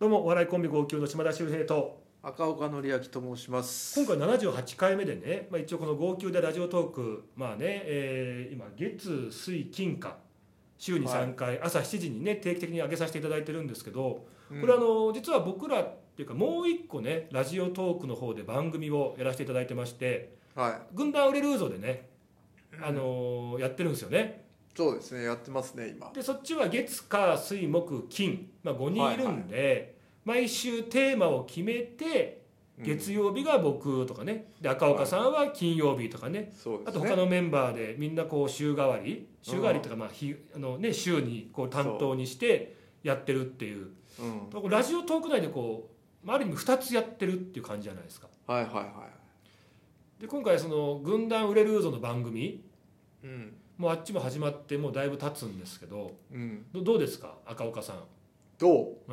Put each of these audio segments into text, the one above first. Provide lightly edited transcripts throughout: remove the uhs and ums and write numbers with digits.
どうもお笑いコンビ号泣の島田秀平と赤岡典明と申します。 今回78回目でね、一応この号泣でラジオトーク今月水金火週に3回、朝7時にね定期的に上げさせていただいてるんですけど、これ実は僕らっていうかもう一個ねラジオトークの方で番組をやらせていただいてまして、軍団売れルーゾでね、やってるんですよね。 そうですね、やってますね今。 でそっちは月火水木金、5人いるんで、毎週テーマを決めて月曜日が僕とかね、で赤岡さんは金曜日とかね、あと他のメンバーでみんなこう週替わりとか週にこう担当にしてやってるっていう、ラジオトーク内でこうある意味2つやってるっていう感じじゃないですか。で今回その軍団売れるぞの番組、もうあっちも始まってもうだいぶ経つんですけど、どうですか赤岡さん。 どう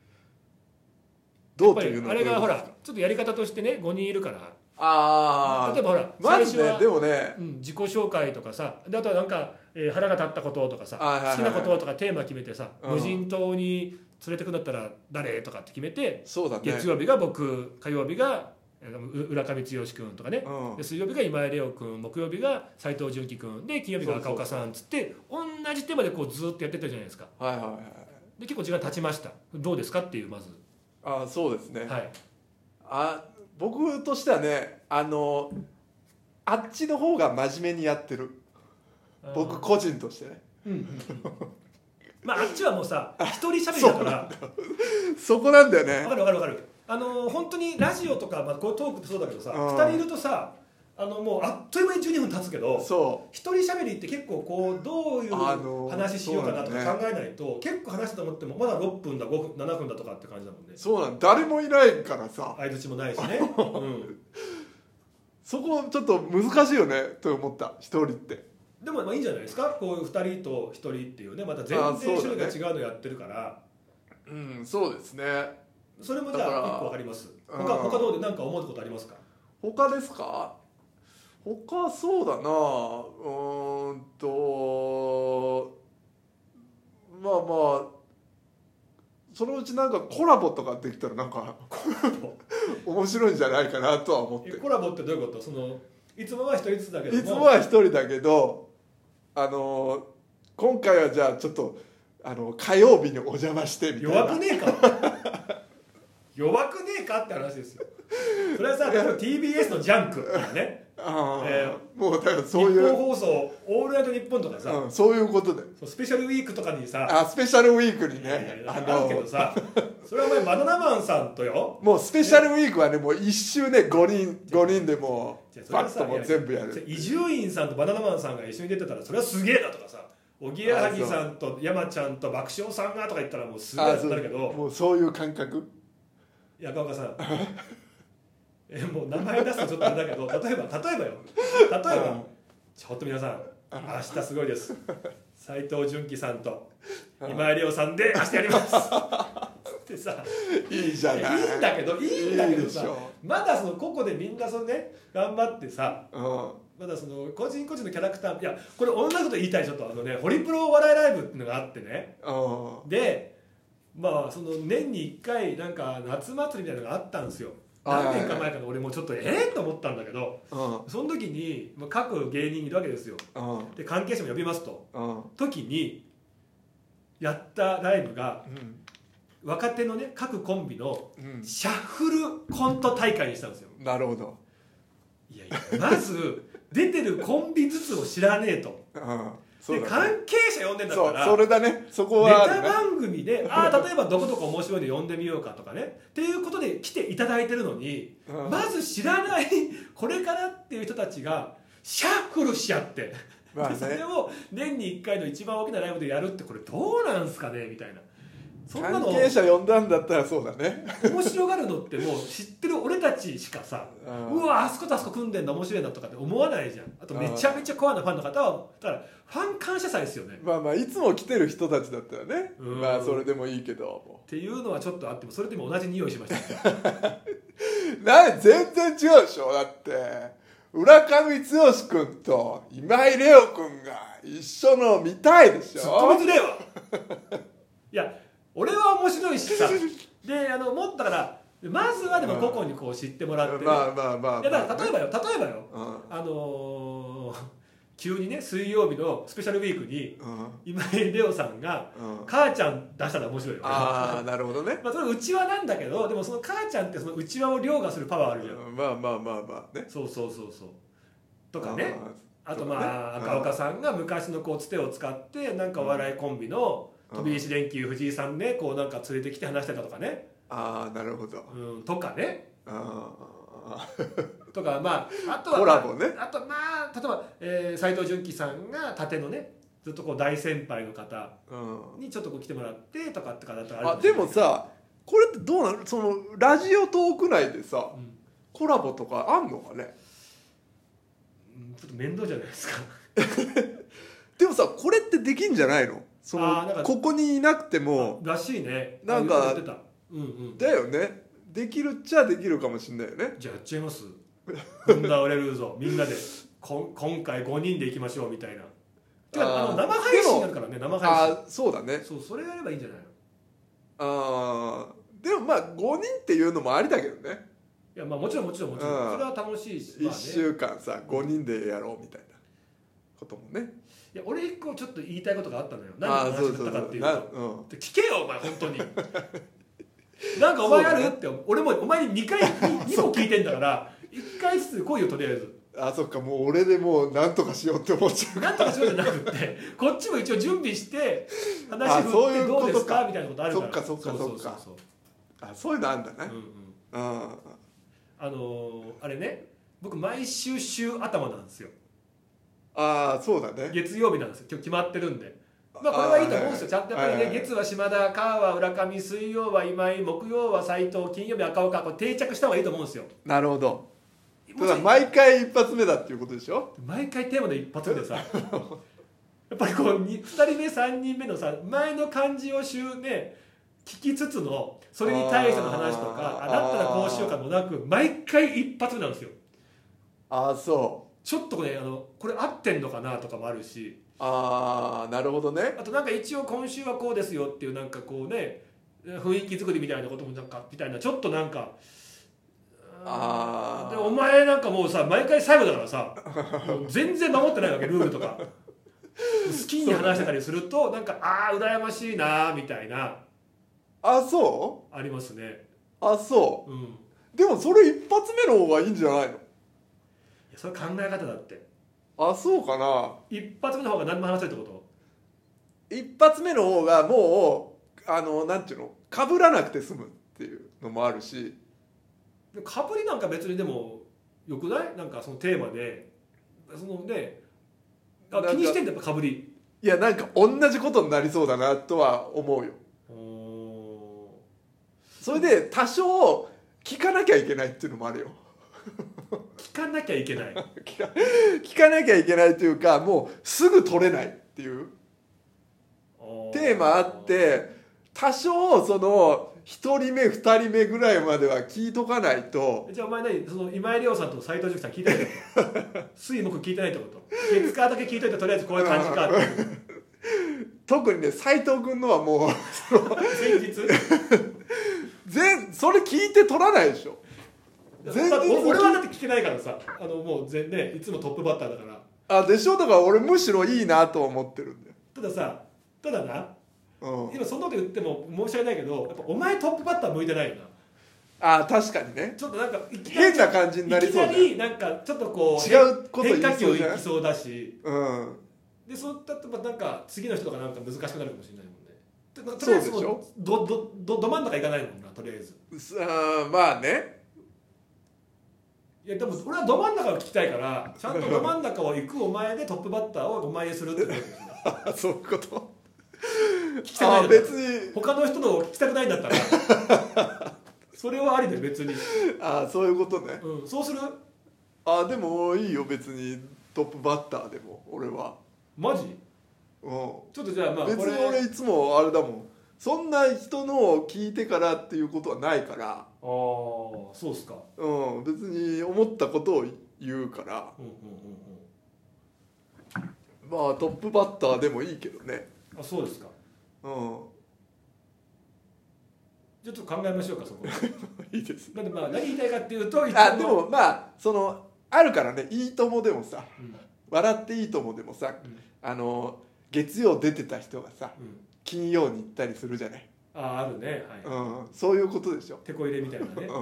というのはあれがほらちょっとやり方としてね5人いるから、例えばほら最初はでもね、 自己紹介とかさ、であとはなんか、腹が立ったこととかさ、好きなこととかテーマ決めてさ、無人島に連れてくんだったら誰とかって決めて、月曜日が僕、火曜日が浦上剛君とかね、で水曜日が今井レオ君、木曜日が斉藤純喜君で、金曜日が赤岡さんっつって同じテーマでこうずっとやってたじゃないですか。で結構時間経ちました。どうですかっていう。まずそうですね、僕としてはね、あっちの方が真面目にやってる、僕個人としてね。 あっちはもうさ一人喋りだからそこなんだよね。 わかる。本当にラジオとか、こういうトークってそうだけどさ、2人いるとさ、もうあっという間に12分経つけど、一人喋りって結構こうどういう話しようかなとか考えないと、結構話したと思ってもまだ6分だ5分7分だとかって感じだもんね。 そうなん、誰もいないからさ、 相槌もないしね。 そこちょっと難しいよねと思った、一人って。 でもいいんじゃないですか、こういう2人と1人っていうね、また全然種類が違うのやってるから。 そうですね。 それもじゃあ1個分かります。他どうで何か思うことありますか？ 他ですか？他そうだな、そのうちなんかコラボとかできたらなんか面白いんじゃないかなとは思って。 コラボってどういうこと？いつもは一人ずつだけども、 いつもは一人だけど、今回はじゃあちょっと火曜日にお邪魔してみたいな。 弱くねえかって話ですよ。それはさ、TBS のジャンクとかね、 もうだからそういう日本放送オールナイトニッポンとかさ、 そういうことで、 スペシャルウィークとかにさ、 スペシャルウィークにね、 あるけどさ、それはお前バナナマンさんとよ、 もうスペシャルウィークはね、もう一周ね、5人でもうバッともう全部やる。 伊集院さんとバナナマンさんが一緒に出てたらそれはすげえなとかさ、おぎやはぎさんと山ちゃんと爆笑さんがとか言ったらもうすげえなるけど、 もうそういう感覚。 赤岡さんもう名前出すとちょっとあれだけど、例えばちょっと皆さん明日すごいです、斉藤純喜さんと今井レオさんで明日やりますってさ、 いいじゃない。 いいんだけどさ、まだ個々でみんなね頑張ってさ、まだ個人個人のキャラクター、いやこれ同じこと言いたい。ちょっとホリプロお笑いライブっていうのがあってね、で年に1回なんか夏祭りみたいなのがあったんですよ。何年か前から俺もちょっとと思ったんだけど、その時に各芸人いるわけですよ。で関係者も呼びますと、時にやったライブが、若手のね各コンビのシャッフルコント大会にしたんですよ。 なるほど。 いやまず出てるコンビずつを知らねえと。で関係者呼んでんだったら、 それだね、そこはネタ番組で例えばどこどこ面白いの呼んでみようかとかねっていうことで来ていただいてるのに、まず知らないこれからっていう人たちがシャッフルしちゃって、それを年に1回の一番大きなライブでやるって、これどうなんすかねみたいな。そんなの関係者呼んだんだったらそうだね。 面白がるのってもう知ってる俺たちしかさ、うわあそことあそこ組んでんだ面白いなとかって思わないじゃん。あとめちゃめちゃコアなファンの方はだからファン感謝祭ですよね。 いつも来てる人たちだったらね、それでもいいけどっていうのはちょっとあっても、それでも同じ匂いしました全然違うでしょ。だって浦上剛君と今井レオ君が一緒の見たいでしょ。 ツッコミづれえわいや俺は面白いしさ、 でもっとだからまずはでも個々にこう知ってもらって、ね、 まあまあまあ、 いやだから例えばよ、 うん、 急にね水曜日のスペシャルウィークに、 うん、 今井レオさんが、うん、母ちゃん出したら面白いよね。 ああなるほどね。 まあそれ内輪なんだけど、でもその母ちゃんってその内輪を凌駕するパワーあるじゃん、 うん、まあまあまあまあね。 そうとかね。あとまあ赤岡さんが昔のこうつてを使ってなんかお笑いコンビの飛び石連休藤井さんねこうなんか連れてきて話してたとかね。 ああなるほど、 うん、とかね。とかまああとは、 コラボね。 あとまあ例えば斎藤純喜さんが盾のねずっとこう大先輩の方にちょっとこう来てもらってとかってかだったらあでもさこれってどうなの、そのラジオトーク内でさ、うん、コラボとかあんのかね。 ちょっと面倒じゃないですかでもさこれってできんじゃないの、そのここにいなくてもらしいね。 なんかうんうん、 だよね、できるっちゃできるかもしれないよね。 じゃあやっちゃいます踏んだ折れるぞみんなで今回5人で行きましょうみたいな。てか生配信あるからね、生配信。 あそうだね、 そうそれやればいいんじゃないの。 あでもまあ5人っていうのもありだけどね。 いやまあもちろん、それは楽しいし、 1週間さ5人でやろうみたいなこともね。 いや俺一個ちょっと言いたいことがあったのよ。何の話だったかっていうと、聞けよお前本当になんかお前あるって、俺もお前に2個聞いてんだから1回ずつ来いよとりあえず。 あそっか、もう俺でもう何とかしようって思っちゃう。 何とかしようじゃなくてこっちも一応準備して話振ってどうですかみたいなことあるから。 そっかあそういうのあんだね。 あれね、僕毎週頭なんですよ。 ああそうだね、 月曜日なんですよ今日決まってるんで。まあこれはいいと思うんですよ。ちゃんとやっぱりね、月は島田、火は浦上、水曜は今井、木曜は斉藤、金曜日赤岡、これ定着した方がいいと思うんですよ。 なるほど。ただ毎回一発目だっていうことでしょ。 毎回テーマで一発目でさやっぱりこう2人目3人目のさ前の感じをね聞きつつのそれに対しての話とかだったらこうしようかもなく毎回一発目なんですよ。 ああそうちょっとねこれ合ってんのかなとかもあるし、 ああなるほどね。 あとなんか一応今週はこうですよっていうなんかこうね雰囲気作りみたいなこともなんかみたいなちょっとなんかでお前なんかもうさ毎回最後だからさもう全然守ってないわけルールとか好きに話してたりするとなんか羨ましいなみたいな。 そうありますね。 そう、 うん、 でもそれ一発目の方がいいんじゃないの。いやそれ考え方だって。 そうかな。 一発目の方が何も話せるってこと。 一発目の方がもうなんていうの被らなくて済むっていうのもあるし。 かぶりなんか別にでもよくない？なんかそのテーマでそのね気にしてんだやっぱかぶり。 いやなんか同じことになりそうだなとは思うよ。それで多少聞かなきゃいけないっていうのもあるよ。 聞かなきゃいけない聞かなきゃいけないというかもうすぐ取れないっていうテーマあって多少その1人目2人目ぐらいまでは聞いとかないと。 じゃあお前何その今井亮さんと斉藤塾さん聞いてないってこと水木聞いてないってこと。月火だけ聞いといてとりあえずこういう感じかって特にね斉藤君のはもう前日それ聞いて取らないでしょ。 俺はだって聞けないからさもうねいつもトップバッターだからでしょ。だから俺むしろいいなと思ってるんだよ。 ただな、今そんなこと言っても申し訳ないけどやっぱお前トップバッター向いてないよな。 確かにね。 ちょっとなんか変な感じになりそうじゃん。 いきなりなんかちょっとこう違うこと言いそうじゃん。 変化球いきそうだし、 でそうだとなんか次の人とかなんか難しくなるかもしれないもんね。 そうでしょ。 ど真ん中いかないもんなとりあえず。 まあね。 いやでも俺はど真ん中を聞きたいからちゃんとど真ん中を行くお前でトップバッターをお前にするってことですよ。 そういうこと。 聞きたくないんだ別に他の人のを聞きたくないんだったらそれはありで別に。 そういうことね。 そうする。 でもいいよ別にトップバッターでも俺は。 マジ？ちょっとじゃあまあ別に俺いつもあれだもん。そんな人のを聞いてからっていうことはないから。 そうっすか。 別に思ったことを言うから。まあトップバッターでもいいけどね。 そうですか。 ちょっと考えましょうかそこいいです。 なんでまあ何言いたいかっていうと、 でもまあそのあるからね、いいともでもさ、笑っていいともでもさ、月曜出てた人がさ、金曜に行ったりするじゃない。 あるね、 はい、そういうことでしょ。 てこ入れみたいなね。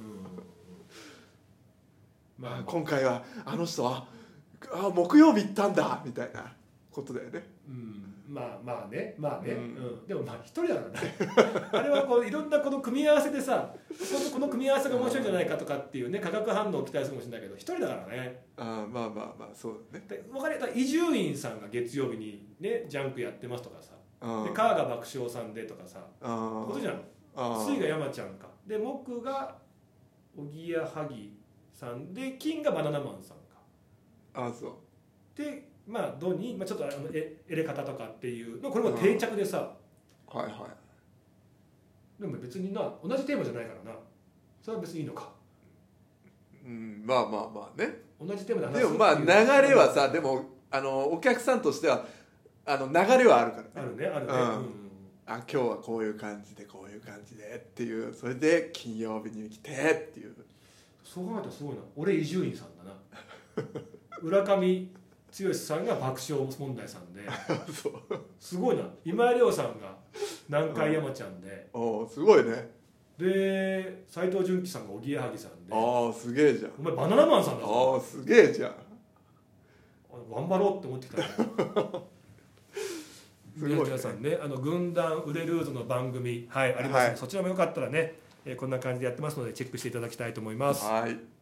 まあ今回はあの人は木曜日行ったんだみたいなことだよね。 まあね、でもまあ一人だからねあれはこういろんなこの組み合わせでさ、この組み合わせが面白いんじゃないかとかっていうね、化学反応を期待するかもしれないけど、一人だからね。 まあそうだね。 分かりやすい、伊集院さんが月曜日にねジャンクやってますとかさ、で川が爆笑さんでとかさ、ことじゃん。水が山ちゃんかで、木がおぎやはぎさんで、金がバナナマンさんか。 そうでまあ土に、ちょっとエレ方とかっていうの、これも定着でさ、でも別にな同じテーマじゃないからな、それは別にいいのか。 まあね、 同じテーマで話す。 でもまあ流れはさ、でもお客さんとしては流れはあるからね。 あるね。 今日はこういう感じでこういう感じでっていう、それで金曜日に来てっていう。 そう考えたらすごいな。俺伊集院さんだな浦上剛さんが爆笑問題さんですごいな。今井亮さんが南海山ちゃんで、 すごいね。 で斉藤純喜さんがおぎやはぎさんで、 すげえじゃん。 お前バナナマンさんだぞ。 すげえじゃん。 頑張ろうって思ってきたすごいね。皆さんね、軍団売れルーズの番組、ありますので、そちらもよかったらね、こんな感じでやってますのでチェックしていただきたいと思います。